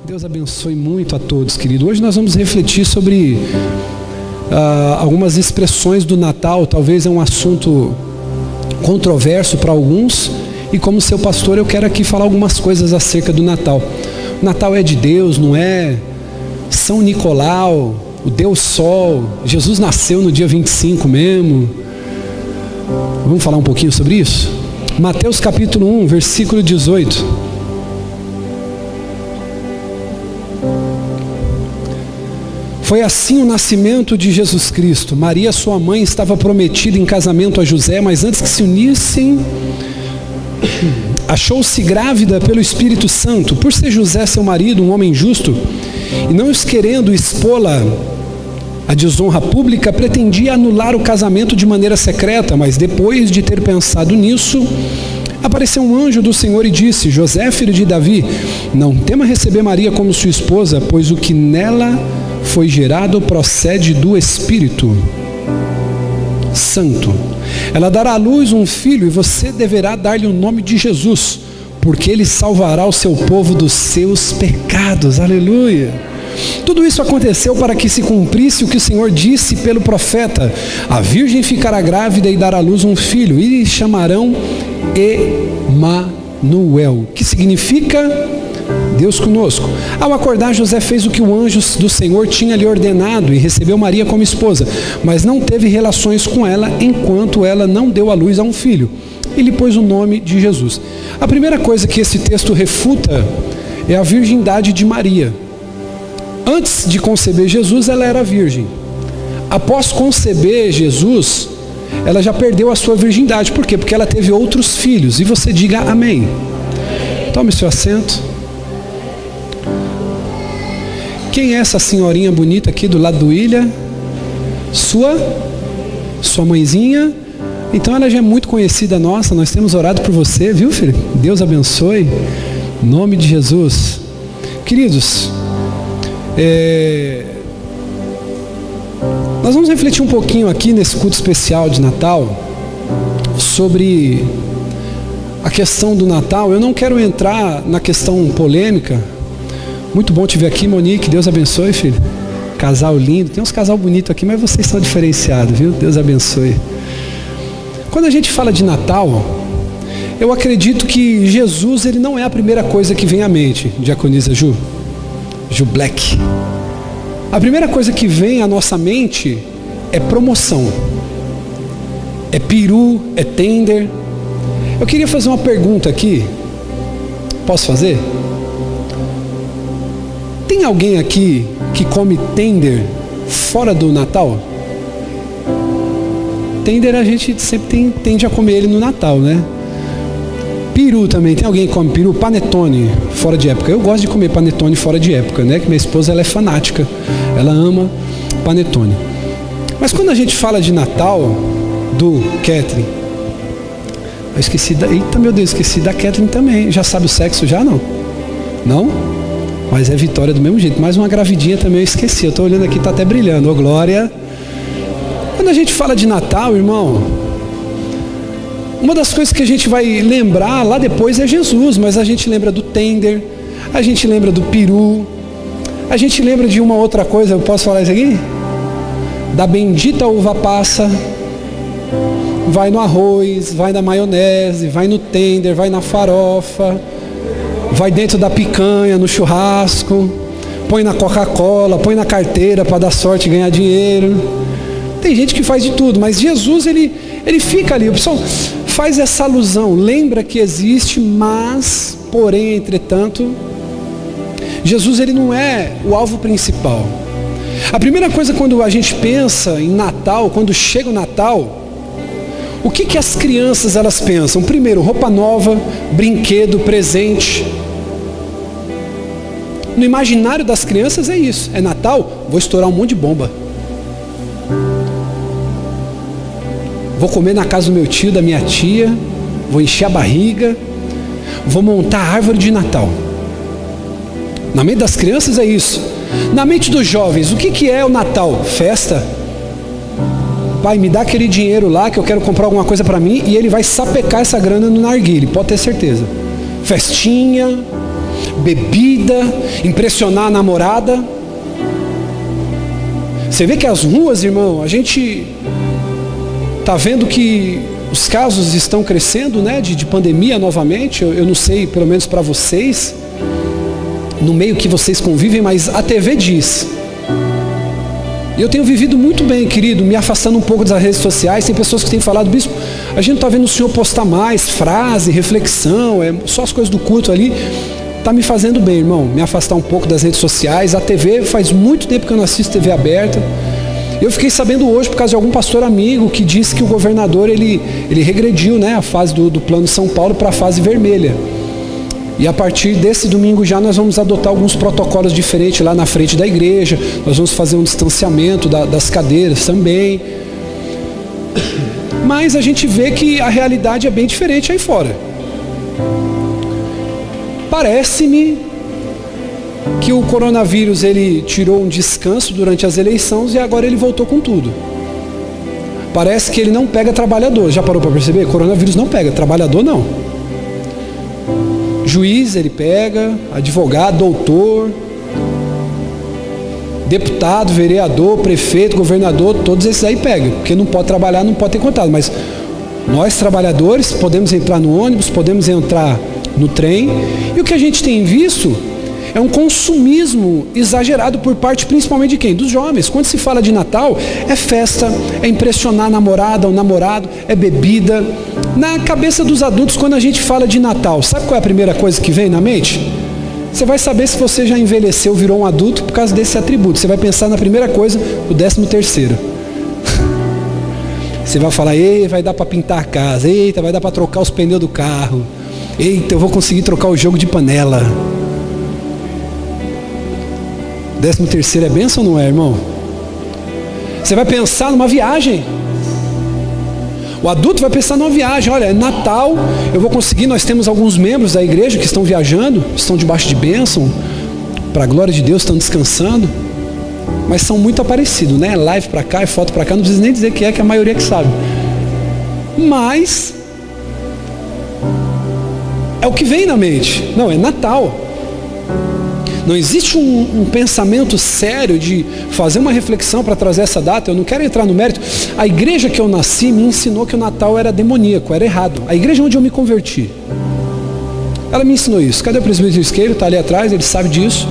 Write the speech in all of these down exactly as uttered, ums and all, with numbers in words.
Deus abençoe muito a todos, querido. Hoje nós vamos refletir sobre uh, algumas expressões do Natal. Talvez é um assunto controverso para alguns, e como seu pastor eu quero aqui falar algumas coisas acerca do Natal. O Natal é de Deus, não é? São Nicolau, o Deus Sol, Jesus nasceu no dia vinte e cinco mesmo. Vamos falar um pouquinho sobre isso? Mateus capítulo um, versículo dezoito. Foi assim o nascimento de Jesus Cristo. Maria, sua mãe, estava prometida em casamento a José, mas antes que se unissem, achou-se grávida pelo Espírito Santo. Por ser José seu marido, um homem justo, e não os querendo expô-la à desonra pública, pretendia anular o casamento de maneira secreta, mas depois de ter pensado nisso, apareceu um anjo do Senhor e disse: José, filho de Davi, não tema receber Maria como sua esposa, pois o que nela foi gerado procede do Espírito Santo. Ela dará à luz um filho e você deverá dar-lhe o nome de Jesus, porque ele salvará o seu povo dos seus pecados. Aleluia! Tudo isso aconteceu para que se cumprisse o que o Senhor disse pelo profeta: a virgem ficará grávida e dará à luz um filho, e lhe chamarão Emanuel, que significa Deus conosco. Ao acordar, José fez o que o anjo do Senhor tinha lhe ordenado e recebeu Maria como esposa, mas não teve relações com ela enquanto ela não deu à luz a um filho, e lhe pôs o nome de Jesus. A primeira coisa que esse texto refuta é a virgindade de Maria. Antes de conceber Jesus, ela era virgem. Após conceber Jesus, ela já perdeu a sua virgindade. Por quê? Porque ela teve outros filhos. E você diga amém. Tome seu assento. Quem é essa senhorinha bonita aqui do lado do William? Sua? Sua mãezinha? Então ela já é muito conhecida nossa. Nós temos orado por você, viu, filho? Deus abençoe. Em nome de Jesus. Queridos, É... nós vamos refletir um pouquinho aqui nesse culto especial de Natal sobre a questão do Natal. Eu não quero entrar na questão polêmica. Muito bom te ver aqui, Monique. Deus abençoe, filho. Casal lindo. Tem uns casal bonito aqui, mas vocês são diferenciados, viu? Deus abençoe. Quando a gente fala de Natal, eu acredito que Jesus, ele não é a primeira coisa que vem à mente. Diaconisa Ju. Ju Black. A primeira coisa que vem à nossa mente é promoção, é peru, é tender. Eu queria fazer uma pergunta aqui. Posso fazer? Tem alguém aqui que come tender fora do Natal? Tender a gente sempre tem, tende a comer ele no Natal, né? Peru também, tem alguém que come peru? Panetone, fora de época. Eu gosto de comer panetone fora de época, né? Que minha esposa, ela é fanática, ela ama panetone. Mas quando a gente fala de Natal, do Catherine, eu esqueci da... Eita, meu Deus, esqueci da Catherine também. Já sabe o sexo já, não? Não? Mas é Vitória do mesmo jeito. Mais uma gravidinha também eu esqueci. Eu tô olhando aqui, tá até brilhando. Ô, Glória. Quando a gente fala de Natal, irmão, uma das coisas que a gente vai lembrar lá depois é Jesus, mas a gente lembra do tender, a gente lembra do peru, a gente lembra de uma outra coisa. Eu posso falar isso aqui? Da bendita uva passa. Vai no arroz, vai na maionese, vai no tender, vai na farofa, vai dentro da picanha, no churrasco, põe na Coca-Cola, põe na carteira para dar sorte e ganhar dinheiro. Tem gente que faz de tudo, mas Jesus, ele, ele fica ali. O pessoal faz essa alusão, lembra que existe, mas, porém, entretanto, Jesus, ele não é o alvo principal. A primeira coisa, quando a gente pensa em Natal, quando chega o Natal, o que que as crianças, elas pensam? Primeiro, roupa nova, brinquedo, presente. No imaginário das crianças é isso. É Natal, vou estourar um monte de bomba. Vou comer na casa do meu tio, da minha tia, vou encher a barriga, vou montar a árvore de Natal. Na mente das crianças é isso. Na mente dos jovens, o que que é o Natal? Festa. Pai, me dá aquele dinheiro lá que eu quero comprar alguma coisa para mim, e ele vai sapecar essa grana no narguile, pode ter certeza. Festinha, bebida, impressionar a namorada. Você vê que as ruas, irmão, a gente está vendo que os casos estão crescendo, né, de, de pandemia novamente. Eu, eu não sei, pelo menos para vocês, no meio que vocês convivem, mas a T V diz. E eu tenho vivido muito bem, querido, me afastando um pouco das redes sociais. Tem pessoas que têm falado, bispo, a gente não está vendo o senhor postar mais frase, reflexão, é só as coisas do culto ali. Está me fazendo bem, irmão, me afastar um pouco das redes sociais. A T V, faz muito tempo que eu não assisto T V aberta. Eu fiquei sabendo hoje, por causa de algum pastor amigo, que disse que o governador, ele, ele regrediu, né, a fase do, do Plano São Paulo para a fase vermelha. E a partir desse domingo já nós vamos adotar alguns protocolos diferentes lá na frente da igreja. Nós vamos fazer um distanciamento da, das cadeiras também. Mas a gente vê que a realidade é bem diferente aí fora. Parece-me que o coronavírus, ele tirou um descanso durante as eleições e agora ele voltou com tudo. Parece que ele não pega trabalhador. Já parou para perceber? Coronavírus não pega, trabalhador não. Juiz ele pega, advogado, doutor, deputado, vereador, prefeito, governador, todos esses aí pegam, porque não pode trabalhar, não pode ter contato. Mas nós trabalhadores podemos entrar no ônibus, podemos entrar no trem, e o que a gente tem visto é um consumismo exagerado por parte principalmente de quem? Dos jovens. Quando se fala de Natal, é festa, é impressionar a namorada, o namorado, é bebida. Na cabeça dos adultos, quando a gente fala de Natal, sabe qual é a primeira coisa que vem na mente? Você vai saber se você já envelheceu, virou um adulto por causa desse atributo. Você vai pensar na primeira coisa, o décimo terceiro. Você vai falar, ei, vai dar para pintar a casa, eita, vai dar para trocar os pneus do carro, eita, eu vou conseguir trocar o jogo de panela. Décimo terceiro é bênção ou não é, irmão? Você vai pensar numa viagem. O adulto vai pensar numa viagem. Olha, é Natal, eu vou conseguir. Nós temos alguns membros da igreja que estão viajando, estão debaixo de bênção, para a glória de Deus, estão descansando. Mas são muito aparecidos, né? Live para cá e foto para cá, não precisa nem dizer que é, que a maioria que sabe. Mas é o que vem na mente. Não, é Natal. Não existe um, um pensamento sério de fazer uma reflexão para trazer essa data. Eu não quero entrar no mérito. A igreja que eu nasci me ensinou que o Natal era demoníaco, era errado. A igreja onde eu me converti, ela me ensinou isso. Cadê o presbítero Isqueiro? Está ali atrás, ele sabe disso.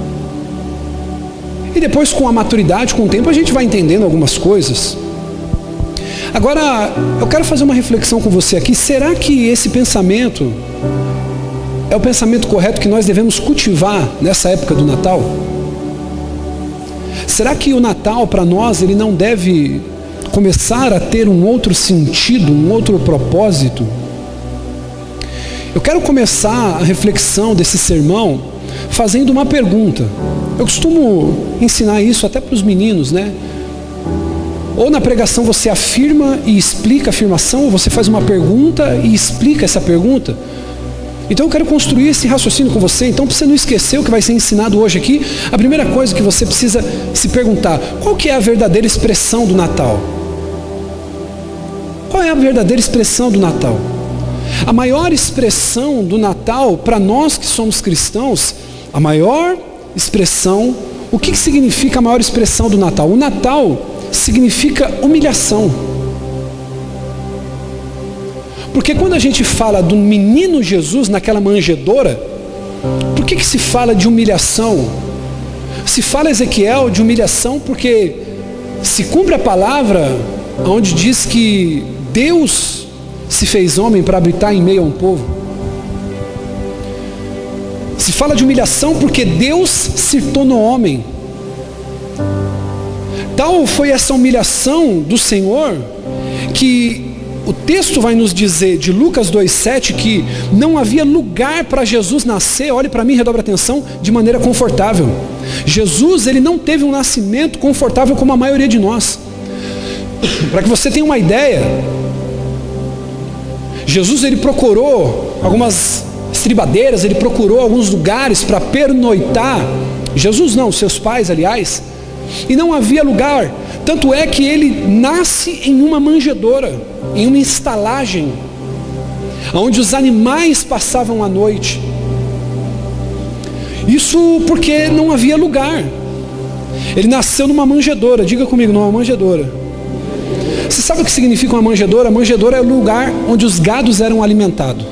E depois, com a maturidade, com o tempo, a gente vai entendendo algumas coisas. Agora, eu quero fazer uma reflexão com você aqui. Será que esse pensamento é o pensamento correto que nós devemos cultivar nessa época do Natal? Será que o Natal para nós ele não deve começar a ter um outro sentido, um outro propósito? Eu quero começar a reflexão desse sermão fazendo uma pergunta. Eu costumo ensinar isso até para os meninos, né? Ou na pregação você afirma e explica a afirmação, ou você faz uma pergunta e explica essa pergunta. Então eu quero construir esse raciocínio com você. Então, para você não esquecer o que vai ser ensinado hoje aqui, a primeira coisa que você precisa se perguntar: qual que é a verdadeira expressão do Natal? Qual é a verdadeira expressão do Natal? A maior expressão do Natal, para nós que somos cristãos, a maior expressão, o que, que significa a maior expressão do Natal? O Natal significa humilhação. Porque quando a gente fala do menino Jesus naquela manjedoura, por que que se fala de humilhação? Se fala, Ezequiel, de humilhação porque se cumpre a palavra onde diz que Deus se fez homem para habitar em meio a um povo. Se fala de humilhação porque Deus se tornou homem. Tal foi essa humilhação do Senhor que o texto vai nos dizer, de Lucas dois, sete, que não havia lugar para Jesus nascer, olhe para mim, redobre a atenção, de maneira confortável. Jesus, ele não teve um nascimento confortável como a maioria de nós. Para que você tenha uma ideia, Jesus, ele procurou algumas estribadeiras, ele procurou alguns lugares para pernoitar. Jesus não, seus pais, aliás, e não havia lugar. Tanto é que ele nasce em uma manjedoura, em uma estalagem, onde os animais passavam a noite. Isso porque não havia lugar. Ele nasceu numa manjedoura, diga comigo, numa manjedoura. Você sabe o que significa uma manjedoura? A manjedoura é o lugar onde os gados eram alimentados.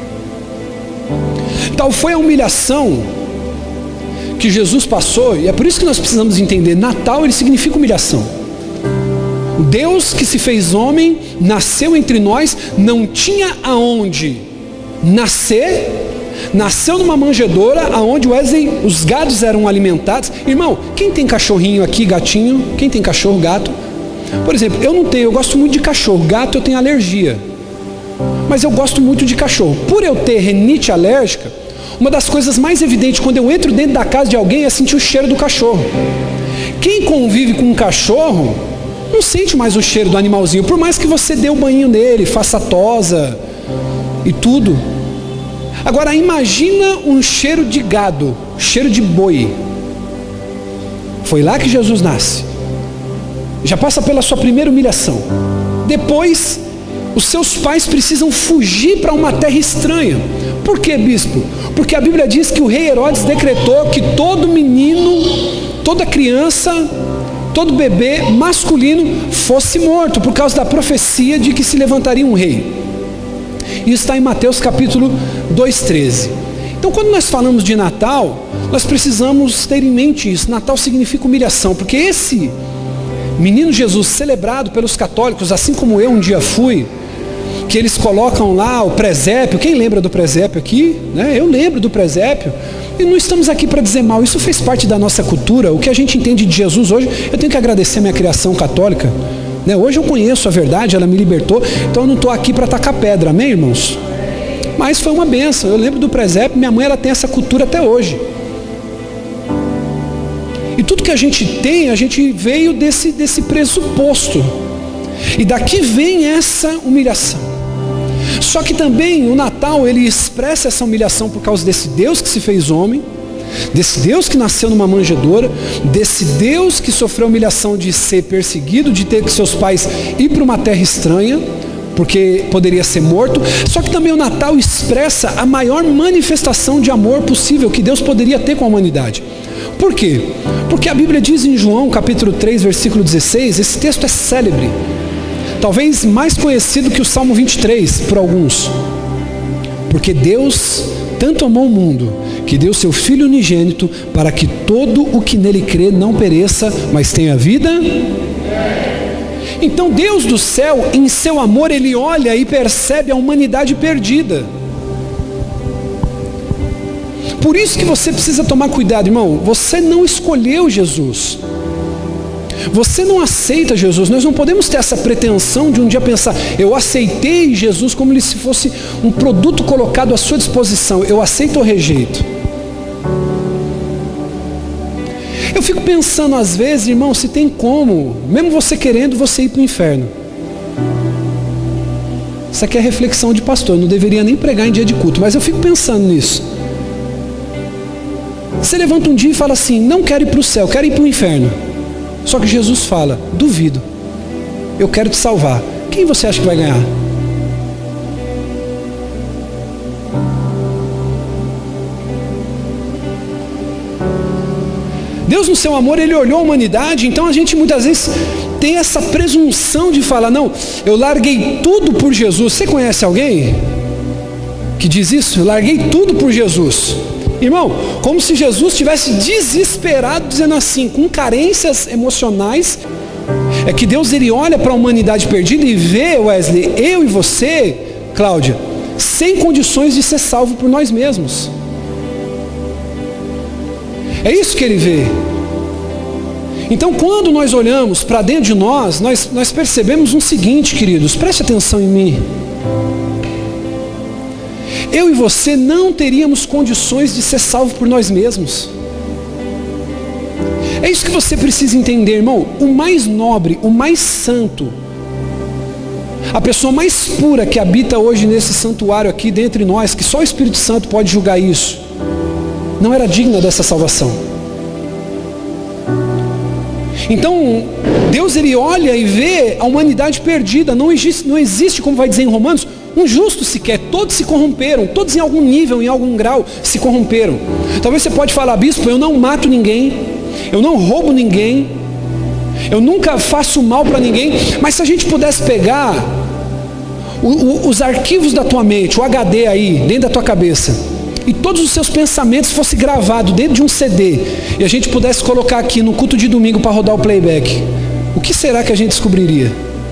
Tal foi a humilhação que Jesus passou, e é por isso que nós precisamos entender, Natal ele significa humilhação. Deus que se fez homem, nasceu entre nós, não tinha aonde nascer, nasceu numa manjedoura, aonde Wesley, os gados eram alimentados. Irmão, quem tem cachorrinho aqui, gatinho? Quem tem cachorro, gato? Por exemplo, eu não tenho, eu gosto muito de cachorro, gato eu tenho alergia, mas eu gosto muito de cachorro. Por eu ter rinite alérgica, uma das coisas mais evidentes quando eu entro dentro da casa de alguém é sentir o cheiro do cachorro. Quem convive com um cachorro não sente mais o cheiro do animalzinho, por mais que você dê o banho nele, faça tosa e tudo. Agora imagina um cheiro de gado, cheiro de boi. Foi lá que Jesus nasce. Já passa pela sua primeira humilhação. Depois, os seus pais precisam fugir para uma terra estranha. Por quê, bispo? Porque a Bíblia diz que o rei Herodes decretou que todo menino, toda criança, todo bebê masculino fosse morto, por causa da profecia de que se levantaria um rei. Isso está em Mateus capítulo dois, treze. Então quando nós falamos de Natal, nós precisamos ter em mente isso. Natal significa humilhação, porque esse menino Jesus celebrado pelos católicos, assim como eu um dia fui, que eles colocam lá o presépio. Quem lembra do presépio aqui? Né? Eu lembro do presépio. E não estamos aqui para dizer mal, isso fez parte da nossa cultura. O que a gente entende de Jesus hoje, eu tenho que agradecer a minha criação católica, né? Hoje eu conheço a verdade, ela me libertou, então eu não estou aqui para tacar pedra, amém, irmãos? Mas foi uma bênção. Eu lembro do presépio, minha mãe ela tem essa cultura até hoje. E tudo que a gente tem, a gente veio desse, desse pressuposto. E daqui vem essa humilhação. Só que também o Natal, ele expressa essa humilhação por causa desse Deus que se fez homem, desse Deus que nasceu numa manjedoura, desse Deus que sofreu a humilhação de ser perseguido, de ter que seus pais ir para uma terra estranha, porque poderia ser morto. Só que também o Natal expressa a maior manifestação de amor possível que Deus poderia ter com a humanidade. Por quê? Porque a Bíblia diz em João capítulo três, versículo dezesseis, esse texto é célebre, talvez mais conhecido que o Salmo vinte e três por alguns. Porque Deus tanto amou o mundo, que deu seu Filho unigênito, para que todo o que nele crê não pereça, mas tenha vida. Então Deus do céu, em seu amor, ele olha e percebe a humanidade perdida. Por isso que você precisa tomar cuidado, irmão. Você não escolheu Jesus, você não aceita Jesus. Nós não podemos ter essa pretensão de um dia pensar, eu aceitei Jesus como se fosse um produto colocado à sua disposição, eu aceito ou rejeito. Eu fico pensando às vezes, irmão, se tem como, mesmo você querendo, você ir para o inferno. Isso aqui é reflexão de pastor, eu não deveria nem pregar em dia de culto, mas eu fico pensando nisso. Você levanta um dia e fala assim, não quero ir para o céu, quero ir para o inferno. Só que Jesus fala, duvido, eu quero te salvar. Quem você acha que vai ganhar? Deus no seu amor, ele olhou a humanidade. Então a gente muitas vezes tem essa presunção de falar, não, eu larguei tudo por Jesus. Você conhece alguém que diz isso? Eu larguei tudo por Jesus. Irmão, como se Jesus estivesse desesperado, dizendo assim, com carências emocionais. É que Deus, ele olha para a humanidade perdida e vê, Wesley, eu e você, Cláudia, sem condições de ser salvo por nós mesmos. É isso que ele vê. Então quando nós olhamos para dentro de nós, nós, nós percebemos um seguinte, queridos, preste atenção em mim. Eu e você não teríamos condições de ser salvo por nós mesmos. É isso que você precisa entender, irmão. O mais nobre, o mais santo, a pessoa mais pura que habita hoje nesse santuário aqui dentre nós, que só o Espírito Santo pode julgar isso, não era digna dessa salvação. Então Deus, ele olha e vê a humanidade perdida. Não existe, não existe, como vai dizer em Romanos, um justo sequer. Todos se corromperam, todos em algum nível, em algum grau se corromperam. Talvez você pode falar: bispo, eu não mato ninguém, eu não roubo ninguém, eu nunca faço mal para ninguém. Mas se a gente pudesse pegar o, o, os arquivos da tua mente, o H D aí, dentro da tua cabeça, e todos os seus pensamentos fossem gravados dentro de um C D, e a gente pudesse colocar aqui no culto de domingo para rodar o playback, o que será que a gente descobriria?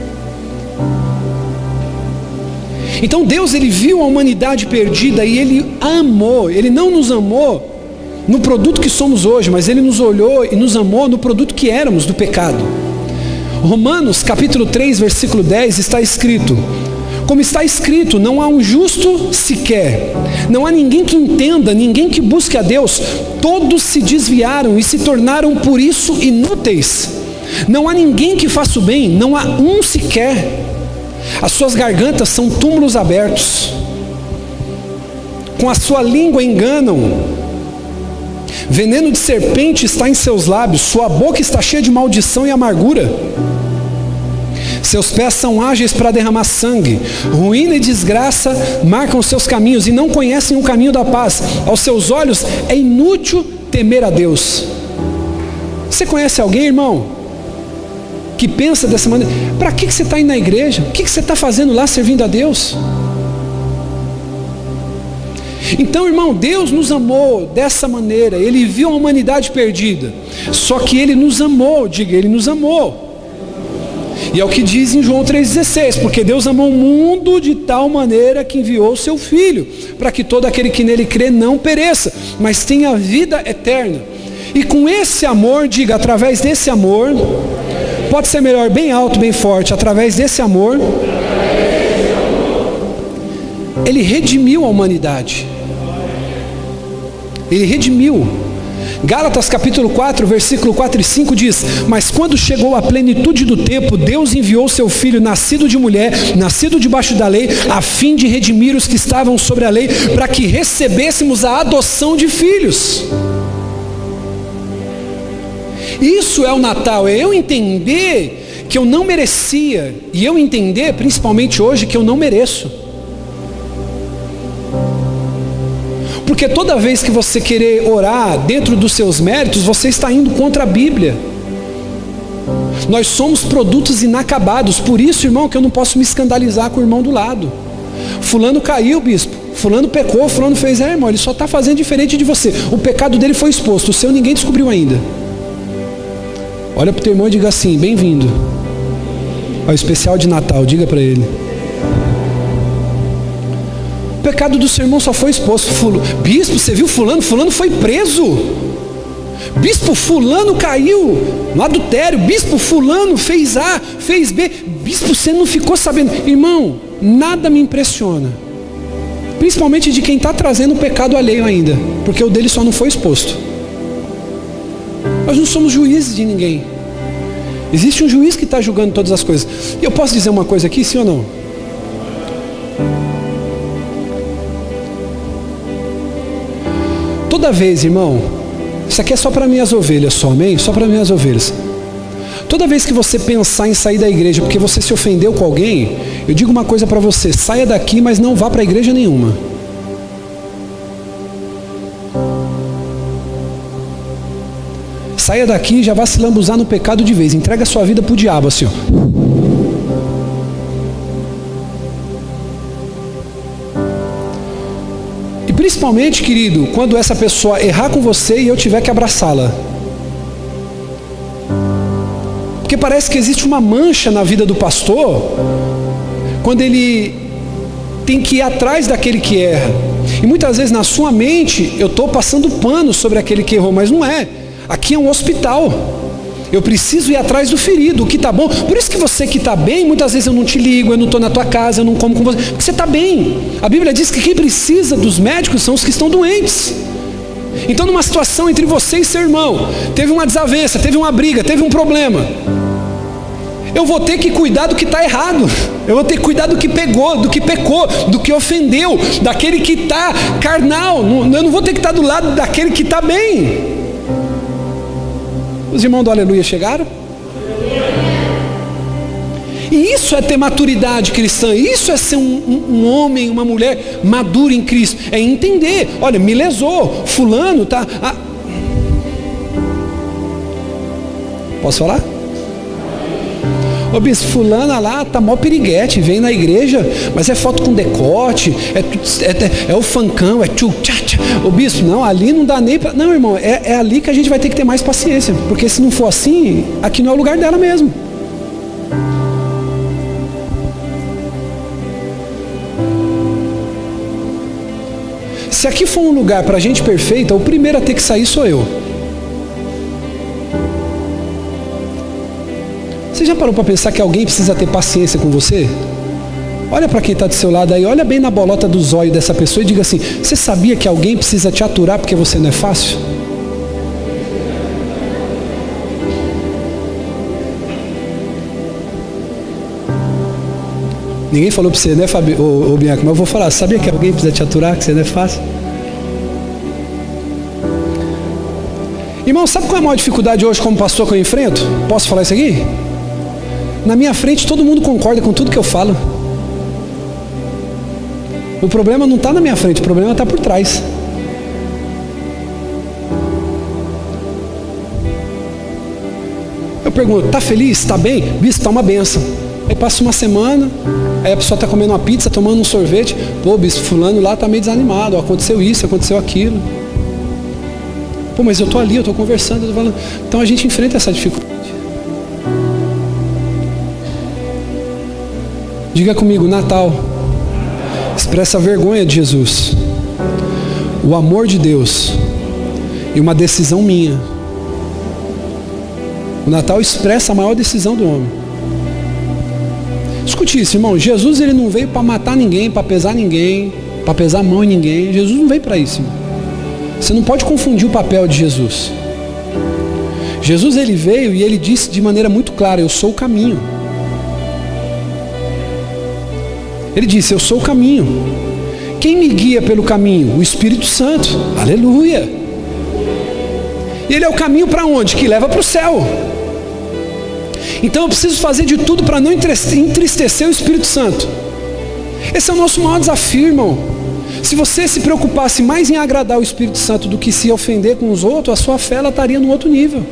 Então Deus, ele viu a humanidade perdida e ele amou. Ele não nos amou no produto que somos hoje, mas ele nos olhou e nos amou no produto que éramos do pecado. Romanos capítulo três, versículo dez, está escrito: como está escrito, não há um justo sequer, não há ninguém que entenda, ninguém que busque a Deus, todos se desviaram e se tornaram por isso inúteis. Não há ninguém que faça o bem, não há um sequer. As suas gargantas são túmulos abertos, com a sua língua enganam, veneno de serpente está em seus lábios, sua boca está cheia de maldição e amargura. Seus pés são ágeis para derramar sangue, ruína e desgraça marcam seus caminhos e não conhecem o caminho da paz. Aos seus olhos é inútil temer a Deus. Você conhece alguém, irmão, que pensa dessa maneira? Para que você está indo na igreja? O que você está fazendo lá servindo a Deus? Então, irmão, Deus nos amou dessa maneira. Ele viu a humanidade perdida, só que Ele nos amou. Diga, Ele nos amou. E é o que diz em João três dezesseis: porque Deus amou o mundo de tal maneira que enviou o seu Filho, para que todo aquele que nele crê não pereça, mas tenha vida eterna. E com esse amor, diga, através desse amor, pode ser melhor, bem alto, bem forte, através desse amor, Ele redimiu a humanidade. Ele redimiu. Gálatas capítulo quatro, versículo quatro e cinco diz: mas quando chegou a plenitude do tempo, Deus enviou seu Filho, nascido de mulher, nascido debaixo da lei, a fim de redimir os que estavam sobre a lei, para que recebêssemos a adoção de filhos. Isso é o Natal, é eu entender que eu não merecia, e eu entender, principalmente hoje, que eu não mereço. Porque toda vez que você querer orar dentro dos seus méritos, você está indo contra a Bíblia. Nós somos produtos inacabados. Por isso, irmão, que eu não posso me escandalizar com o irmão do lado. Fulano caiu, bispo, fulano pecou, fulano fez. É, irmão, ele só está fazendo diferente de você. O pecado dele foi exposto, o seu ninguém descobriu ainda. Olha para o teu irmão e diga assim: bem-vindo ao especial de Natal. Diga para ele: o pecado do seu irmão só foi exposto. Fulo, bispo, você viu fulano? Fulano foi preso. Bispo, fulano caiu no adultério. Bispo, fulano fez A, fez B. Bispo, você não ficou sabendo. Irmão, nada me impressiona, principalmente de quem está trazendo o pecado alheio ainda, porque o dele só não foi exposto. Nós não somos juízes de ninguém. Existe um juiz que está julgando todas as coisas. E eu posso dizer uma coisa aqui, sim ou não? Toda vez, irmão, isso aqui é só para minhas ovelhas, só, amém? Só para minhas ovelhas. Toda vez que você pensar em sair da igreja porque você se ofendeu com alguém, eu digo uma coisa para você: saia daqui, mas não vá para a igreja nenhuma. Saia daqui e já vá se lambuzar no pecado de vez. Entrega a sua vida para o diabo, assim, ó. E principalmente, querido, quando essa pessoa errar com você e eu tiver que abraçá-la. Porque parece que existe uma mancha na vida do pastor quando ele tem que ir atrás daquele que erra. E muitas vezes na sua mente eu estou passando pano sobre aquele que errou, mas não é. Aqui é um hospital. Eu preciso ir atrás do ferido, o que está bom. Por isso que você que está bem, muitas vezes eu não te ligo, eu não estou na tua casa, eu não como com você, porque você está bem. A Bíblia diz que quem precisa dos médicos são os que estão doentes. Então, numa situação entre você e seu irmão, teve uma desavença, teve uma briga, teve um problema, eu vou ter que cuidar do que está errado. Eu vou ter que cuidar do que pegou, do que pecou, do que ofendeu, daquele que está carnal. Eu não vou ter que estar do lado daquele que está bem. Os irmãos do aleluia chegaram? E isso é ter maturidade cristã, isso é ser um, um, um homem, uma mulher madura em Cristo, é entender, olha, me lesou, fulano tá... Ah. Posso falar? Ô bispo, fulana lá tá mó piriguete, vem na igreja, mas é foto com decote, é, é, é o funkão, é tchu tchá tchá. Ô bispo, não, ali não dá nem pra... Não, irmão, é, é ali que a gente vai ter que ter mais paciência, porque se não for assim, aqui não é o lugar dela mesmo. Se aqui for um lugar pra gente perfeita, o primeiro a ter que sair sou eu. Você já parou para pensar que alguém precisa ter paciência com você? Olha para quem está do seu lado aí, olha bem na bolota do zóio dessa pessoa e diga assim: você sabia que alguém precisa te aturar porque você não é fácil? Ninguém falou para você, né, Fabio, ô, ô Bianca, mas eu vou falar: sabia que alguém precisa te aturar, que você não é fácil? Irmão, sabe qual é a maior dificuldade hoje como pastor que eu enfrento? Posso falar isso aqui? Na minha frente todo mundo concorda com tudo que eu falo. O problema não está na minha frente, o problema está por trás. Eu pergunto: está feliz? Está bem? Bispo, está uma benção. Aí passa uma semana, aí a pessoa está comendo uma pizza, tomando um sorvete. Pô, bispo, fulano lá está meio desanimado, aconteceu isso, aconteceu aquilo. Pô, mas eu estou ali, eu estou conversando, eu tô falando. Então a gente enfrenta essa dificuldade. Diga comigo: Natal expressa a vergonha de Jesus, o amor de Deus e uma decisão minha. O Natal expressa a maior decisão do homem. Escute isso, irmão. Jesus, ele não veio para matar ninguém, para pesar ninguém, para pesar a mão em ninguém. Jesus não veio para isso, irmão. Você não pode confundir o papel de Jesus. Jesus, ele veio e ele disse de maneira muito clara: eu sou o caminho. Ele disse: eu sou o caminho. Quem me guia pelo caminho? O Espírito Santo. Aleluia. E ele é o caminho para onde? Que leva para o céu. Então eu preciso fazer de tudo para não entristecer o Espírito Santo. Esse é o nosso maior desafio, irmão. Se você se preocupasse mais em agradar o Espírito Santo do que se ofender com os outros, a sua fé ela estaria no outro nível.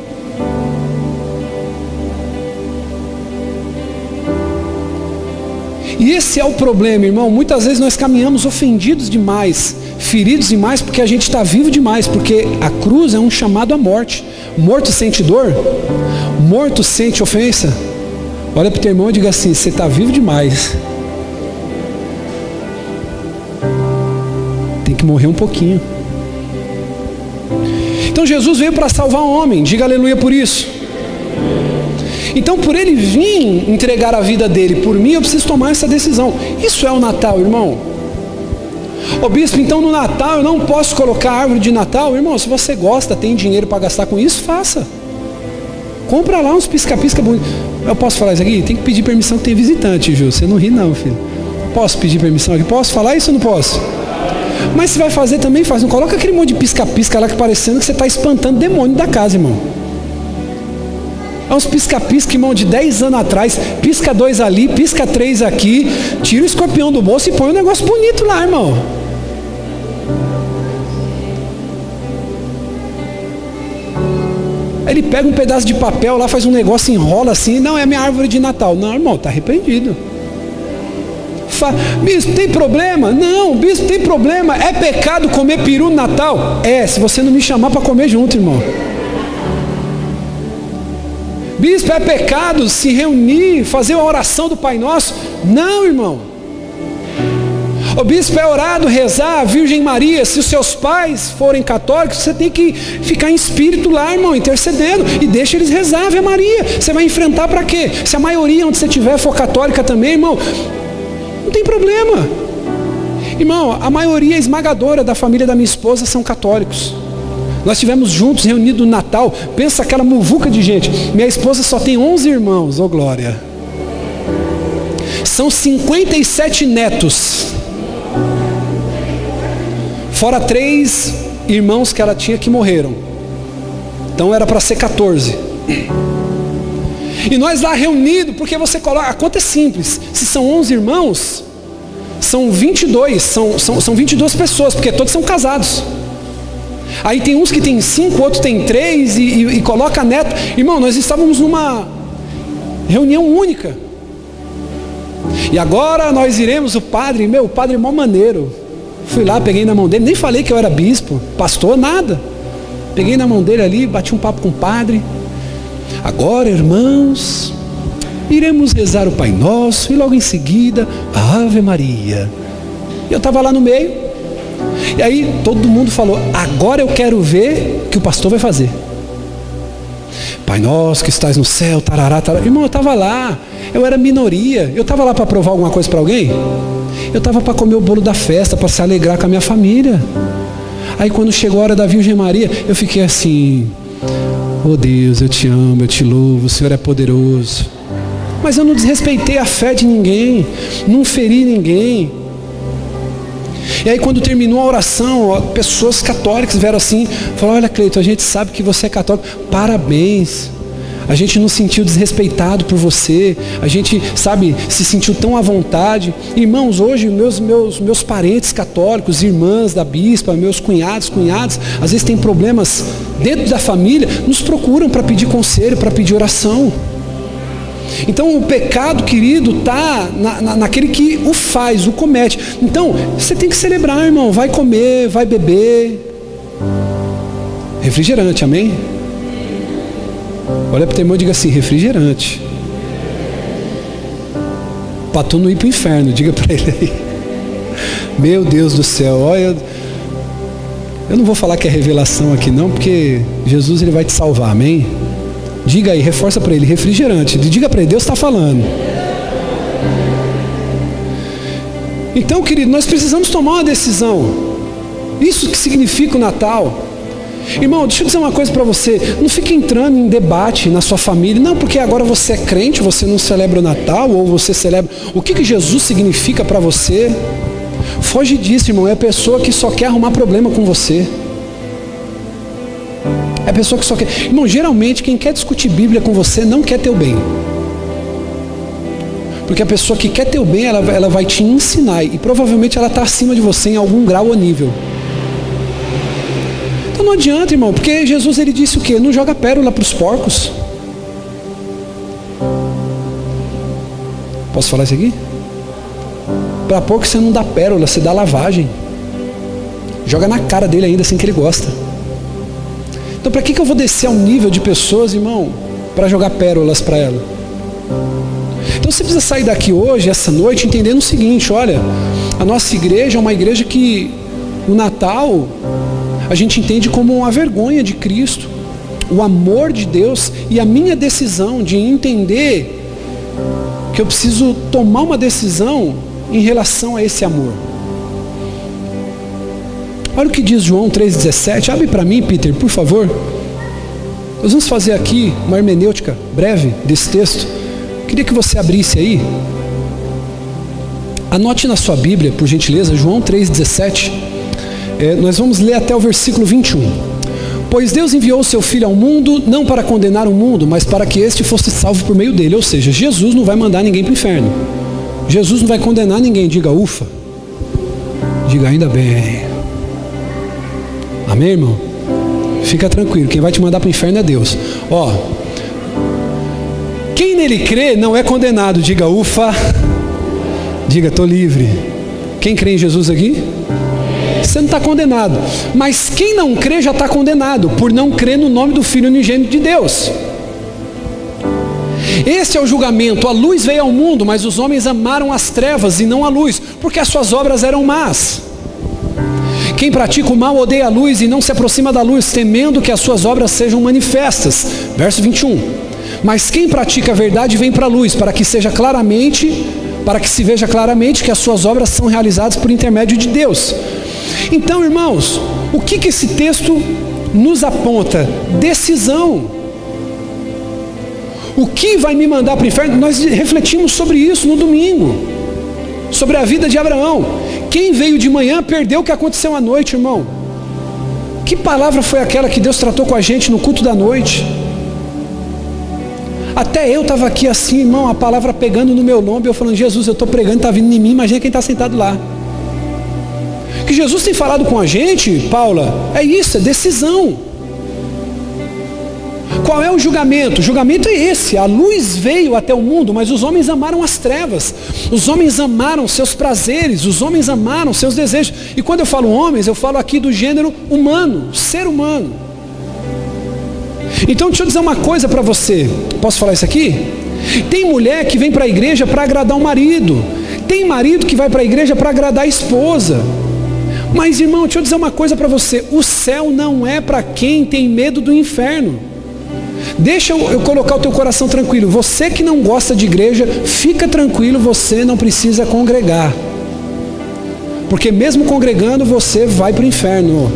E esse é o problema, irmão. Muitas vezes nós caminhamos ofendidos demais, feridos demais, porque a gente está vivo demais, porque a cruz é um chamado à morte. Morto sente dor? Morto sente ofensa? Olha para o teu irmão e diga assim: você está vivo demais. Tem que morrer um pouquinho. Então Jesus veio para salvar o homem. Diga aleluia por isso. Então, por ele vir entregar a vida dele por mim, eu preciso tomar essa decisão. Isso é o Natal, irmão. Ô bispo, então no Natal eu não posso colocar árvore de Natal? Irmão, se você gosta, tem dinheiro para gastar com isso, faça. Compra lá uns pisca-pisca bonitos. Eu posso falar isso aqui? Tem que pedir permissão, que tem visitante, Ju. Você não ri não, filho. Posso pedir permissão aqui? Posso falar isso ou não posso? Mas se vai fazer também, faz. Não coloca aquele monte de pisca-pisca lá que parecendo que você está espantando demônio da casa, irmão. É uns pisca-pisca, irmão, de dez anos atrás. Pisca dois ali, pisca três aqui. Tira o escorpião do bolso e põe um negócio bonito lá, irmão. Ele pega um pedaço de papel lá, faz um negócio, enrola assim. Não, é a minha árvore de Natal. Não, irmão, está repreendido. Fa... Bispo, tem problema? Não, bispo, tem problema. É pecado comer peru no Natal? É, se você não me chamar para comer junto, irmão. Bispo, é pecado se reunir, fazer a oração do Pai Nosso? Não, irmão. O bispo, é orado, rezar a Virgem Maria. Se os seus pais forem católicos, você tem que ficar em espírito lá, irmão, intercedendo. E deixa eles rezar a Ave Maria. Você vai enfrentar para quê? Se a maioria onde você estiver for católica também, irmão, não tem problema. Irmão, a maioria esmagadora da família da minha esposa são católicos. Nós estivemos juntos, reunidos no Natal. Pensa aquela muvuca de gente. Minha esposa só tem onze irmãos, ô glória. São cinquenta e sete netos. Fora três irmãos que ela tinha que morreram. Então era para ser quatorze. E nós lá reunidos, porque você coloca, a conta é simples, se são onze irmãos, são vinte e dois, são, são, são vinte e duas pessoas, porque todos são casados. Aí tem uns que tem cinco, outros tem três, e, e, e coloca neto. Irmão, nós estávamos numa reunião única. E agora nós iremos, o padre, meu, o padre é mó maneiro. Fui lá, peguei na mão dele, nem falei que eu era bispo, pastor, nada. Peguei na mão dele ali, bati um papo com o padre. Agora, irmãos, iremos rezar o Pai Nosso e logo em seguida a Ave Maria. Eu estava lá no meio. E aí todo mundo falou: agora eu quero ver o que o pastor vai fazer. Pai Nosso que estás no céu, tarará, tarará. Irmão, eu estava lá, eu era minoria. Eu estava lá para provar alguma coisa para alguém? Eu estava para comer o bolo da festa, para se alegrar com a minha família. Aí quando chegou a hora da Virgem Maria, eu fiquei assim: oh Deus, eu te amo, eu te louvo, o Senhor é poderoso. Mas eu não desrespeitei a fé de ninguém, não feri ninguém. E aí quando terminou a oração, ó, pessoas católicas vieram assim, falaram: olha, Cleiton, a gente sabe que você é católico, parabéns. A gente não se sentiu desrespeitado por você, a gente, sabe, se sentiu tão à vontade. Irmãos, hoje meus, meus, meus parentes católicos, irmãs da bispa, meus cunhados, cunhadas, às vezes tem problemas dentro da família, nos procuram para pedir conselho, para pedir oração. Então o pecado, querido, está na, na, naquele que o faz, o comete. Então você tem que celebrar, irmão, vai comer, vai beber refrigerante, amém? Olha para o teu irmão e diga assim: refrigerante. Para tu não ir para o inferno, diga para ele aí. Meu Deus do céu, olha, eu não vou falar que é revelação aqui não, porque Jesus ele vai te salvar, amém? Diga aí, reforça para ele: refrigerante. Diga para ele, Deus está falando. Então, querido, nós precisamos tomar uma decisão. Isso que significa o Natal. Irmão, deixa eu dizer uma coisa para você: não fique entrando em debate na sua família, não, porque agora você é crente, você não celebra o Natal, ou você celebra. O que, que Jesus significa para você? Foge disso, irmão. É a pessoa que só quer arrumar problema com você. É a pessoa que só quer. Irmão, geralmente quem quer discutir Bíblia com você não quer teu bem. Porque a pessoa que quer teu bem, ela, ela vai te ensinar, e provavelmente ela está acima de você em algum grau ou nível. Então não adianta, irmão, porque Jesus ele disse o quê? Não joga pérola para os porcos. Posso falar isso aqui? Para porco você não dá pérola, você dá lavagem. Joga na cara dele ainda assim que ele gosta. Então para que, que eu vou descer ao nível de pessoas, irmão, para jogar pérolas para ela? Então você precisa sair daqui hoje, essa noite, entendendo o seguinte: olha, a nossa igreja é uma igreja que o Natal a gente entende como uma vergonha de Cristo, o amor de Deus, e a minha decisão de entender que eu preciso tomar uma decisão em relação a esse amor. Olha o que diz João três dezessete, abre para mim, Peter, por favor. Nós vamos fazer aqui uma hermenêutica breve desse texto. Queria que você abrisse aí. Anote na sua Bíblia, por gentileza, João três dezessete. É, nós vamos ler até o versículo vinte e um. Pois Deus enviou o seu Filho ao mundo, não para condenar o mundo, mas para que este fosse salvo por meio dele. Ou seja, Jesus não vai mandar ninguém para o inferno. Jesus não vai condenar ninguém. Diga ufa. Diga ainda bem. Amém, irmão? Fica tranquilo, quem vai te mandar para o inferno é Deus. Ó, quem nele crê não é condenado. Diga ufa. Diga, estou livre. Quem crê em Jesus aqui? Você não está condenado. Mas quem não crê já está condenado, por não crer no nome do Filho unigênito de Deus. Este é o julgamento: a luz veio ao mundo, mas os homens amaram as trevas e não a luz, porque as suas obras eram más. Quem pratica o mal odeia a luz e não se aproxima da luz, temendo que as suas obras sejam manifestas. Verso vinte e um. Mas quem pratica a verdade vem para a luz, para que seja claramente, para que se veja claramente que as suas obras são realizadas por intermédio de Deus. Então, irmãos, o que, que esse texto nos aponta? Decisão. O que vai me mandar para o inferno? Nós refletimos sobre isso no domingo, sobre a vida de Abraão. Quem veio de manhã perdeu o que aconteceu à noite, irmão. Que palavra foi aquela que Deus tratou com a gente no culto da noite? Até eu estava aqui assim, irmão, a palavra pegando no meu lombo, eu falando, Jesus, eu estou pregando, está vindo em mim, imagina quem está sentado lá. O que Jesus tem falado com a gente, Paula, é isso, é decisão. Qual é o julgamento? O julgamento é esse: a luz veio até o mundo, mas os homens amaram as trevas, os homens amaram seus prazeres, os homens amaram seus desejos. E quando eu falo homens, eu falo aqui do gênero humano, ser humano. Então deixa eu dizer uma coisa para você, posso falar isso aqui? Tem mulher que vem para a igreja para agradar o marido, tem marido que vai para a igreja para agradar a esposa. Mas irmão, deixa eu dizer uma coisa para você: o céu não é para quem tem medo do inferno. Deixa eu, eu colocar o teu coração tranquilo. Você que não gosta de igreja, fica tranquilo, você não precisa congregar, porque mesmo congregando você vai para o inferno.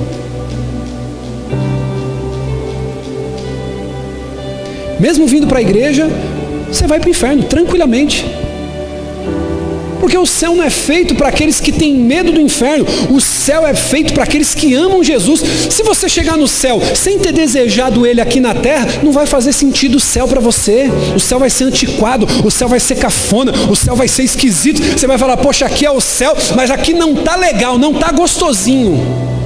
Mesmo vindo para a igreja, você vai para o inferno tranquilamente. Porque o céu não é feito para aqueles que têm medo do inferno. O céu é feito para aqueles que amam Jesus. Se você chegar no céu sem ter desejado Ele aqui na terra, não vai fazer sentido o céu para você. O céu vai ser antiquado, o céu vai ser cafona, o céu vai ser esquisito. Você vai falar, poxa, aqui é o céu, mas aqui não está legal, não está gostosinho.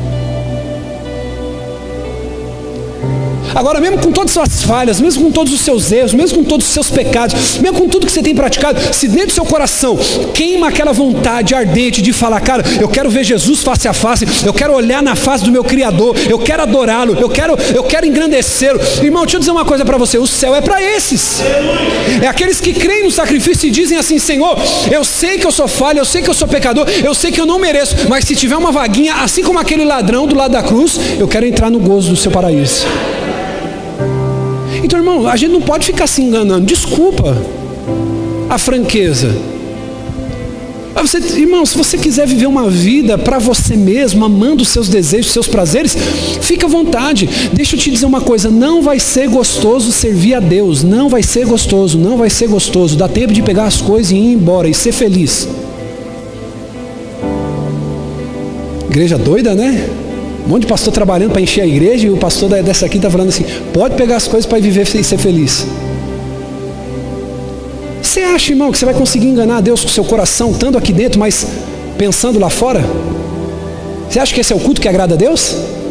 Agora, mesmo com todas as suas falhas, mesmo com todos os seus erros, mesmo com todos os seus pecados, mesmo com tudo que você tem praticado, se dentro do seu coração queima aquela vontade ardente de falar, cara, eu quero ver Jesus face a face, eu quero olhar na face do meu Criador, eu quero adorá-lo, eu quero, eu quero engrandecê-lo. Irmão, deixa eu dizer uma coisa para você: o céu é para esses. É aqueles que creem no sacrifício e dizem assim, Senhor, eu sei que eu sou falha, eu sei que eu sou pecador, eu sei que eu não mereço, mas se tiver uma vaguinha, assim como aquele ladrão do lado da cruz, eu quero entrar no gozo do seu paraíso. Então, irmão, a gente não pode ficar se enganando. Desculpa a franqueza. Você, irmão, se você quiser viver uma vida para você mesmo, amando os seus desejos, seus prazeres, fica à vontade. Deixa eu te dizer uma coisa: não vai ser gostoso servir a Deus. Não vai ser gostoso, não vai ser gostoso. Dá tempo de pegar as coisas e ir embora e ser feliz. Igreja doida, né? Um monte de pastor trabalhando para encher a igreja, e o pastor dessa aqui está falando assim, pode pegar as coisas para ir viver e ser feliz. Você acha, irmão, que você vai conseguir enganar Deus com o seu coração, estando aqui dentro, mas pensando lá fora? Você acha que esse é o culto que agrada a Deus?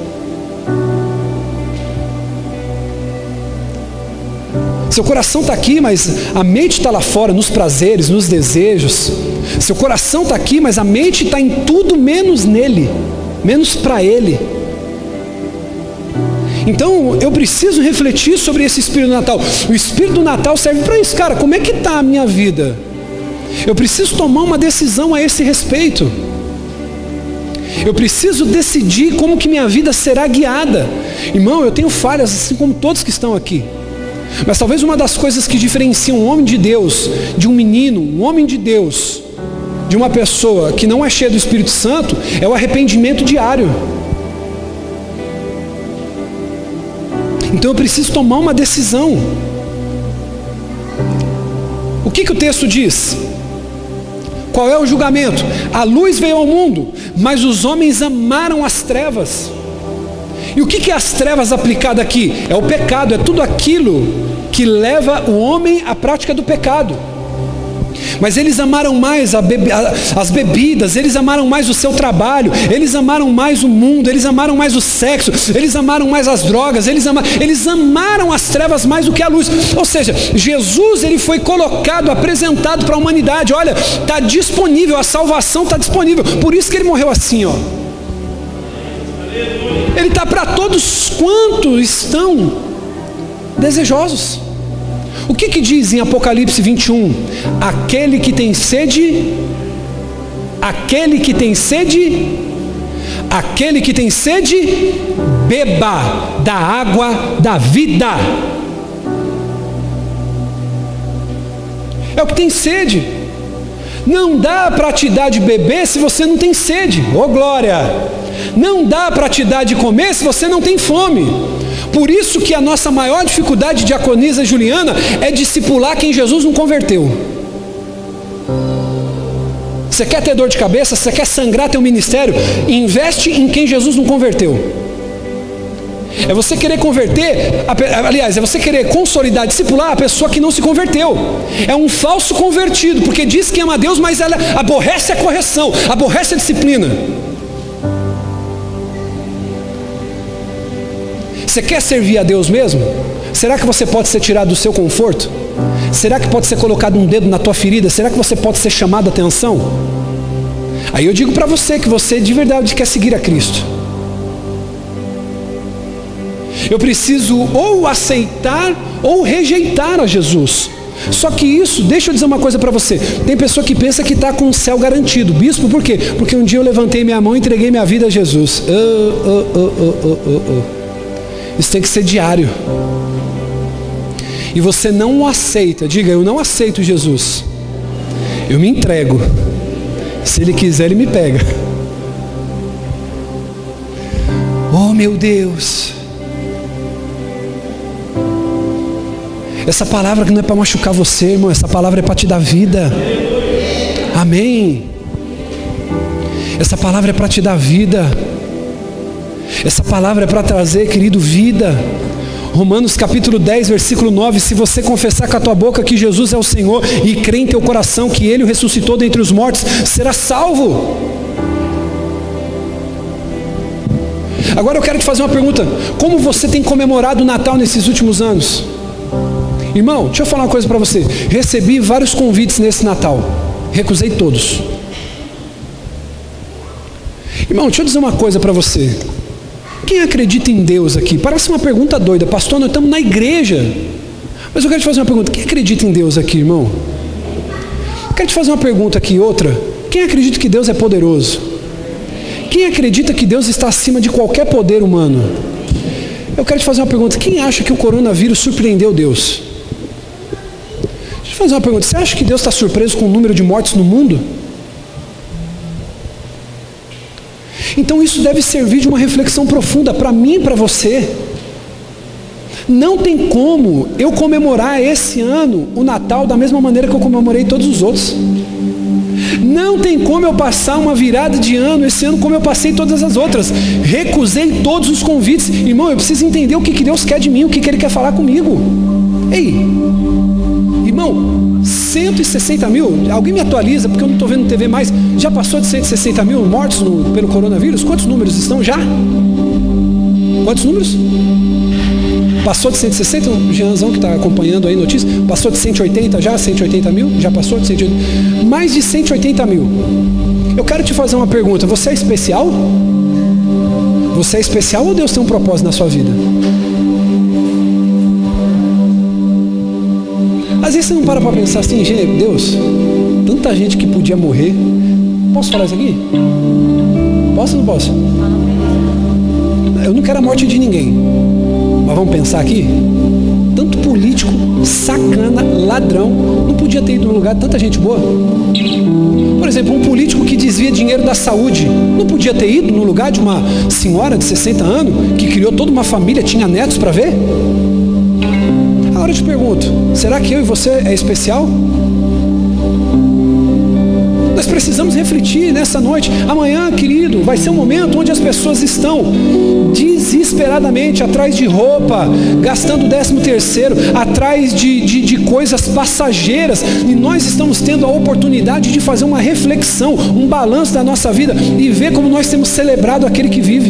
Seu coração está aqui, mas a mente está lá fora, nos prazeres, nos desejos. Seu coração está aqui, mas a mente está em tudo menos nele, menos para Ele. Então eu preciso refletir sobre esse Espírito do Natal. O Espírito do Natal serve para isso. Cara, como é que está a minha vida? Eu preciso tomar uma decisão a esse respeito. Eu preciso decidir como que minha vida será guiada. Irmão, eu tenho falhas, assim como todos que estão aqui. Mas talvez uma das coisas que diferenciam um homem de Deus de um menino, um homem de Deus, de uma pessoa que não é cheia do Espírito Santo, é o arrependimento diário. Então eu preciso tomar uma decisão. O que que o texto diz? Qual é o julgamento? A luz veio ao mundo, mas os homens amaram as trevas. E o que que é as trevas aplicado aqui? É o pecado, é tudo aquilo que leva o homem à prática do pecado. Mas eles amaram mais a bebe, a, as bebidas, eles amaram mais o seu trabalho, eles amaram mais o mundo, eles amaram mais o sexo, eles amaram mais as drogas, eles, ama, eles amaram as trevas mais do que a luz. Ou seja, Jesus, ele foi colocado, apresentado para a humanidade. Olha, está disponível, a salvação está disponível. Por isso que ele morreu assim, ó. Ele está para todos quantos estão desejosos. O que que diz em Apocalipse vinte e um? Aquele que tem sede, aquele que tem sede, aquele que tem sede, beba da água da vida. É o que tem sede. Não dá para te dar de beber se você não tem sede. Ô glória! Não dá para te dar de comer se você não tem fome. Por isso que a nossa maior dificuldade, diaconisa Juliana, é discipular quem Jesus não converteu. Você quer ter dor de cabeça? Você quer sangrar teu ministério? Investe em quem Jesus não converteu. É você querer converter, aliás, é você querer consolidar, discipular a pessoa que não se converteu. É um falso convertido, porque diz que ama a Deus, mas ela aborrece a correção, aborrece a disciplina. Você quer servir a Deus mesmo? Será que você pode ser tirado do seu conforto? Será que pode ser colocado um dedo na tua ferida? Será que você pode ser chamado a atenção? Aí eu digo para você que você de verdade quer seguir a Cristo. Eu preciso ou aceitar ou rejeitar a Jesus. Só que isso, deixa eu dizer uma coisa para você. Tem pessoa que pensa que está com o céu garantido. Bispo, por quê? Porque um dia eu levantei minha mão e entreguei minha vida a Jesus. Oh, oh, oh, oh, oh, oh. Isso tem que ser diário. E você não o aceita. Diga, eu não aceito Jesus. Eu me entrego. Se Ele quiser, Ele me pega. Oh, meu Deus. Essa palavra que não é para machucar você, irmão. Essa palavra é para te dar vida. Amém. Essa palavra é para te dar vida. Essa palavra é para trazer, querido, vida. Romanos capítulo dez, versículo nove. Se você confessar com a tua boca que Jesus é o Senhor e crer em teu coração que Ele o ressuscitou dentre os mortos, será salvo. Agora eu quero te fazer uma pergunta. Como você tem comemorado o Natal nesses últimos anos? Irmão, deixa eu falar uma coisa para você. Recebi vários convites nesse Natal. Recusei todos. Irmão, deixa eu dizer uma coisa para você. Quem acredita em Deus aqui? Parece uma pergunta doida. Pastor, nós estamos na igreja. Mas eu quero te fazer uma pergunta. Quem acredita em Deus aqui, irmão? Eu quero te fazer uma pergunta aqui, outra. Quem acredita que Deus é poderoso? Quem acredita que Deus está acima de qualquer poder humano? Eu quero te fazer uma pergunta. Quem acha que o coronavírus surpreendeu Deus? Deixa eu te fazer uma pergunta. Você acha que Deus está surpreso com o número de mortes no mundo? Então isso deve servir de uma reflexão profunda para mim e para você. Não tem como eu comemorar esse ano o Natal da mesma maneira que eu comemorei todos os outros. Não tem como eu passar uma virada de ano esse ano como eu passei todas as outras. Recusei todos os convites. Irmão, eu preciso entender o que Deus quer de mim, o que Ele quer falar comigo. Ei, irmão, cento e sessenta mil, alguém me atualiza, porque eu não estou vendo T V mais, já passou de cento e sessenta mil mortos no, pelo coronavírus? Quantos números estão já? Quantos números? Passou de cento e sessenta, o Jeanzão que está acompanhando aí a notícia, passou de cento e oitenta já, cento e oitenta mil? Já passou de cento e oitenta? Mais de cento e oitenta mil. Eu quero te fazer uma pergunta, você é especial? Você é especial ou Deus tem um propósito na sua vida? Às vezes você não para para pensar assim, gente, Deus, tanta gente que podia morrer. Posso falar isso aqui? Posso ou não posso? Eu não quero a morte de ninguém. Mas vamos pensar aqui? Tanto político, sacana, ladrão, não podia ter ido num lugar de tanta gente boa. Por exemplo, um político que desvia dinheiro da saúde, não podia ter ido no lugar de uma senhora de sessenta anos, que criou toda uma família, tinha netos para ver? Agora eu te pergunto, será que eu e você é especial? Nós precisamos refletir nessa noite. Amanhã, querido, vai ser um momento onde as pessoas estão desesperadamente atrás de roupa, gastando décimo terceiro, atrás de, de, de coisas passageiras, e nós estamos tendo a oportunidade de fazer uma reflexão, um balanço da nossa vida e ver como nós temos celebrado aquele que vive.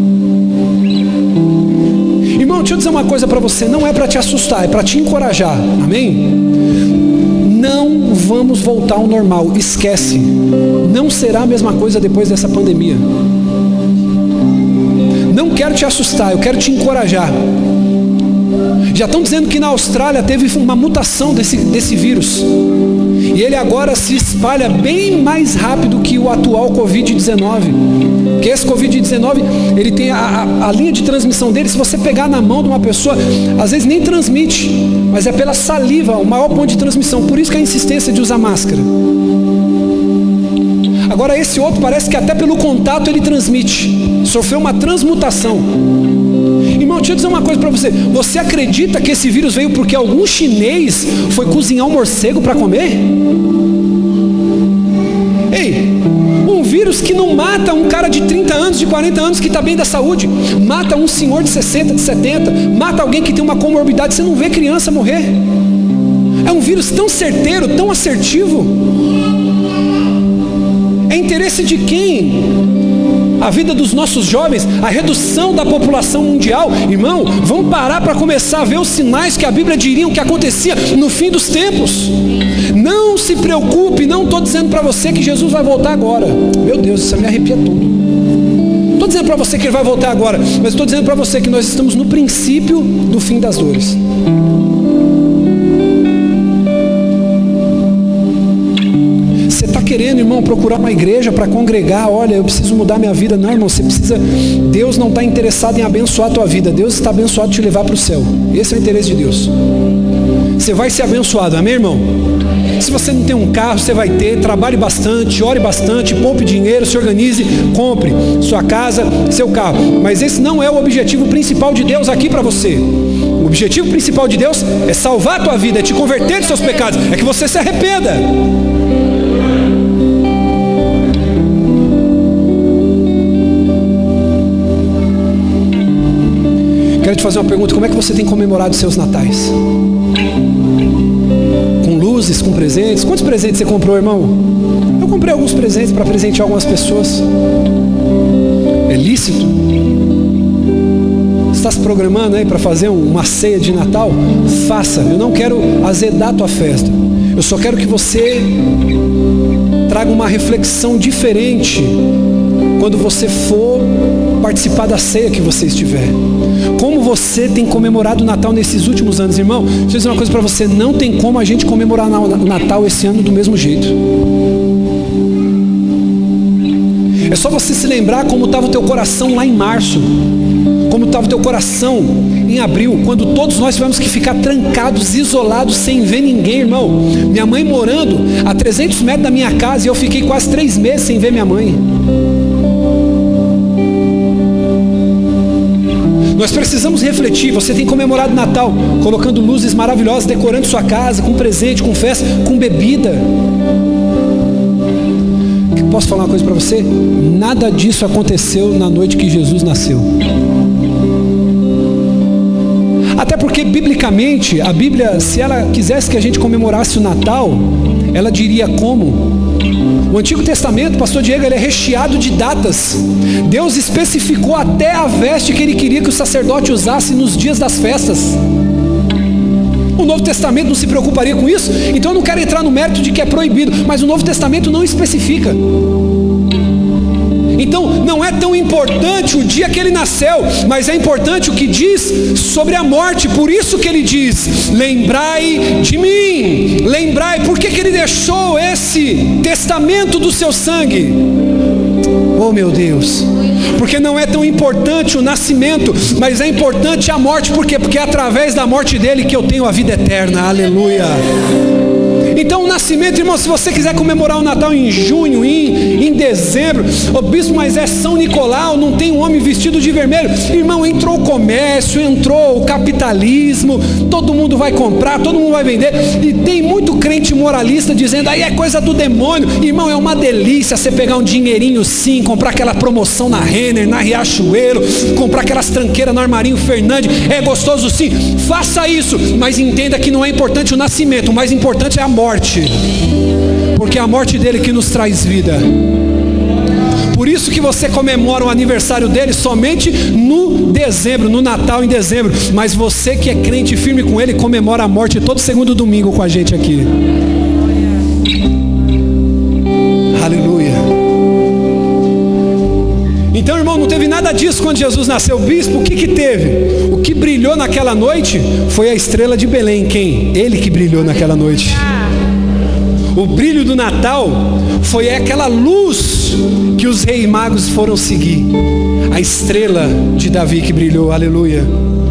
Irmão, deixa eu dizer uma coisa para você, não é para te assustar, é para te encorajar, amém? Não vamos voltar ao normal, esquece, não será a mesma coisa depois dessa pandemia. Não quero te assustar, eu quero te encorajar. Já estão dizendo que na Austrália teve uma mutação desse, desse vírus, e ele agora se espalha bem mais rápido que o atual covid dezenove. Porque esse covid dezenove, ele tem a, a, a linha de transmissão dele, se você pegar na mão de uma pessoa, às vezes nem transmite, mas é pela saliva, o maior ponto de transmissão. Por isso que a insistência de usar máscara. Agora esse outro parece que até pelo contato ele transmite, sofreu uma transmutação. Irmão, deixa eu dizer uma coisa para você. Você acredita que esse vírus veio porque algum chinês foi cozinhar um morcego para comer? Ei, um vírus vírus que não mata um cara de trinta anos, de quarenta anos que está bem da saúde, mata um senhor de sessenta, de setenta, mata alguém que tem uma comorbidade. Você não vê criança morrer. É um vírus tão certeiro, tão assertivo. É interesse de quem? A vida dos nossos jovens, a redução da população mundial. Irmão, vamos parar para começar a ver os sinais que a Bíblia diria que acontecia no fim dos tempos. Não se preocupe, não estou dizendo para você que Jesus vai voltar agora. Meu Deus, isso me arrepia tudo. Estou dizendo para você que Ele vai voltar agora, mas estou dizendo para você que nós estamos no princípio do fim das dores. Você está querendo, irmão, procurar uma igreja para congregar? Olha, eu preciso mudar minha vida. Não, irmão, você precisa. Deus não está interessado em abençoar a tua vida. Deus está abençoado em te levar para o céu. Esse é o interesse de Deus. Você vai ser abençoado, amém, irmão? Se você não tem um carro, você vai ter. Trabalhe bastante, ore bastante, poupe dinheiro, se organize, compre sua casa, seu carro. Mas esse não é o objetivo principal de Deus aqui para você. O objetivo principal de Deus é salvar a tua vida, é te converter dos seus pecados, é que você se arrependa. Quero te fazer uma pergunta: como é que você tem comemorado seus natais? Com luzes, com presentes? Quantos presentes você comprou, irmão? Eu comprei alguns presentes para presentear algumas pessoas. É lícito? Você está se programando aí para fazer uma ceia de Natal? Faça. Eu não quero azedar a tua festa. Eu só quero que você traga uma reflexão diferente quando você for participar da ceia que você estiver. Como você tem comemorado o Natal nesses últimos anos, irmão? Deixa eu dizer uma coisa para você: não tem como a gente comemorar o Natal esse ano do mesmo jeito. É só você se lembrar como estava o teu coração lá em março, como estava o teu coração em abril, quando todos nós tivemos que ficar trancados, isolados, sem ver ninguém, irmão. Minha mãe morando a trezentos metros da minha casa, e eu fiquei quase três meses sem ver minha mãe. Nós precisamos refletir. Você tem comemorado o Natal colocando luzes maravilhosas, decorando sua casa, com presente, com festa, com bebida. Posso falar uma coisa para você? Nada disso aconteceu na noite que Jesus nasceu. Até porque, biblicamente, a Bíblia, se ela quisesse que a gente comemorasse o Natal, ela diria como. O Antigo Testamento, pastor Diego, ele é recheado de datas. Deus especificou até a veste que Ele queria que o sacerdote usasse nos dias das festas. O Novo Testamento não se preocuparia com isso? Então eu não quero entrar no mérito de que é proibido, mas o Novo Testamento não especifica. Então não é tão importante o dia que Ele nasceu, mas é importante o que diz sobre a morte. Por isso que Ele diz: lembrai de mim, lembrai. Por que que Ele deixou esse testamento do seu sangue? Oh meu Deus, porque não é tão importante o nascimento, mas é importante a morte. Por quê? Porque é através da morte dele que eu tenho a vida eterna. Aleluia. Então o nascimento, irmão, se você quiser comemorar o Natal em junho, em, em dezembro, o bispo, mas é São Nicolau, não tem um homem vestido de vermelho. Irmão, entrou o comércio, entrou o capitalismo, todo mundo vai comprar, todo mundo vai vender, e tem muito crente moralista dizendo, aí é coisa do demônio. Irmão, é uma delícia você pegar um dinheirinho sim, comprar aquela promoção na Renner, na Riachuelo, comprar aquelas tranqueiras no Armarinho Fernandes, é gostoso sim, faça isso, mas entenda que não é importante o nascimento, o mais importante é a morte. Morte, porque é a morte dele que nos traz vida. Por isso que você comemora o aniversário dele somente no dezembro, no Natal em dezembro. Mas você que é crente firme com ele, comemora a morte todo segundo domingo com a gente aqui. Aleluia. Então, irmão, não teve nada disso quando Jesus nasceu. Bispo, o que que teve? O que brilhou naquela noite foi a estrela de Belém. Quem? Ele que brilhou naquela noite. O brilho do Natal foi aquela luz que os reis magos foram seguir. A estrela de Davi que brilhou. Aleluia.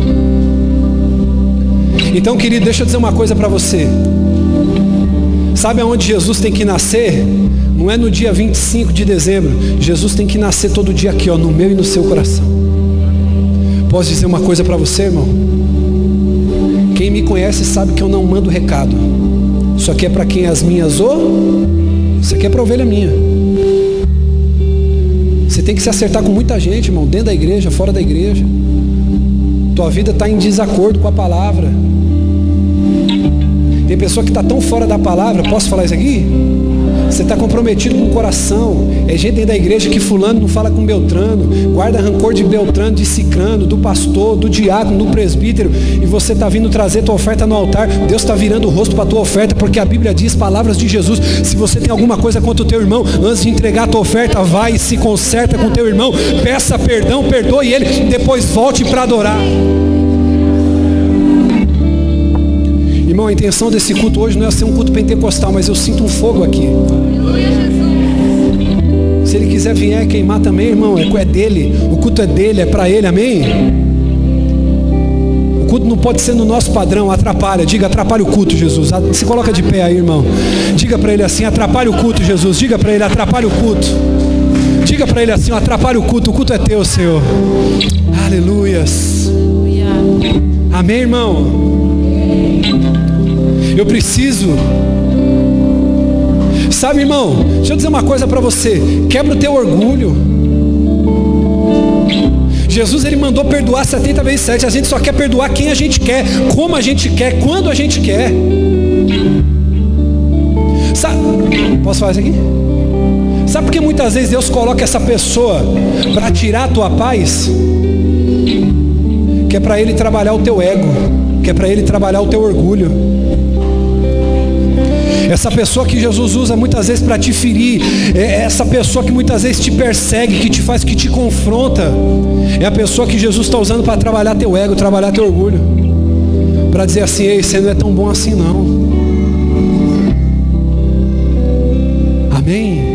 Então, querido, deixa eu dizer uma coisa para você. Sabe aonde Jesus tem que nascer? Não é no dia vinte e cinco de dezembro. Jesus tem que nascer todo dia aqui, ó, no meu e no seu coração. Posso dizer uma coisa para você, irmão? Quem me conhece sabe que eu não mando recado. Isso aqui é para quem as minhas ou isso aqui é para ovelha minha. Você tem que se acertar com muita gente, irmão, dentro da igreja, fora da igreja. Tua vida está em desacordo com a palavra. Tem pessoa que está tão fora da palavra, posso falar isso aqui? Você está comprometido com o coração. É gente dentro da igreja que fulano não fala com Beltrano, guarda rancor de Beltrano, de Cicrano, do pastor, do diácono, do presbítero, e você está vindo trazer tua oferta no altar. Deus está virando o rosto para a tua oferta, porque a Bíblia diz, palavras de Jesus, se você tem alguma coisa contra o teu irmão, antes de entregar a tua oferta, vai e se conserta com o teu irmão, peça perdão, perdoe ele, depois volte para adorar. Irmão, a intenção desse culto hoje não é ser um culto pentecostal, mas eu sinto um fogo aqui. Se ele quiser vir queimar também, irmão, é dele. O culto é dele, é para ele, amém? O culto não pode ser no nosso padrão, atrapalha. Diga, atrapalha o culto, Jesus. Se coloca de pé aí, irmão. Diga para ele assim, atrapalha o culto, Jesus. Diga para ele, atrapalha o culto. Diga para ele assim, atrapalha o culto. O culto é teu, Senhor. Aleluias. Amém, irmão? Eu preciso. Sabe, irmão, deixa eu dizer uma coisa para você. Quebra o teu orgulho. Jesus, ele mandou perdoar setenta vezes sete. A gente só quer perdoar quem a gente quer, como a gente quer, quando a gente quer. Sabe? Posso falar isso aqui? Sabe por que muitas vezes Deus coloca essa pessoa para tirar a tua paz? Que é para ele trabalhar o teu ego, que é para ele trabalhar o teu orgulho. Essa pessoa que Jesus usa muitas vezes para te ferir, é essa pessoa que muitas vezes te persegue, que te faz, que te confronta, é a pessoa que Jesus está usando para trabalhar teu ego, trabalhar teu orgulho, para dizer assim, ei, você não é tão bom assim não. Amém?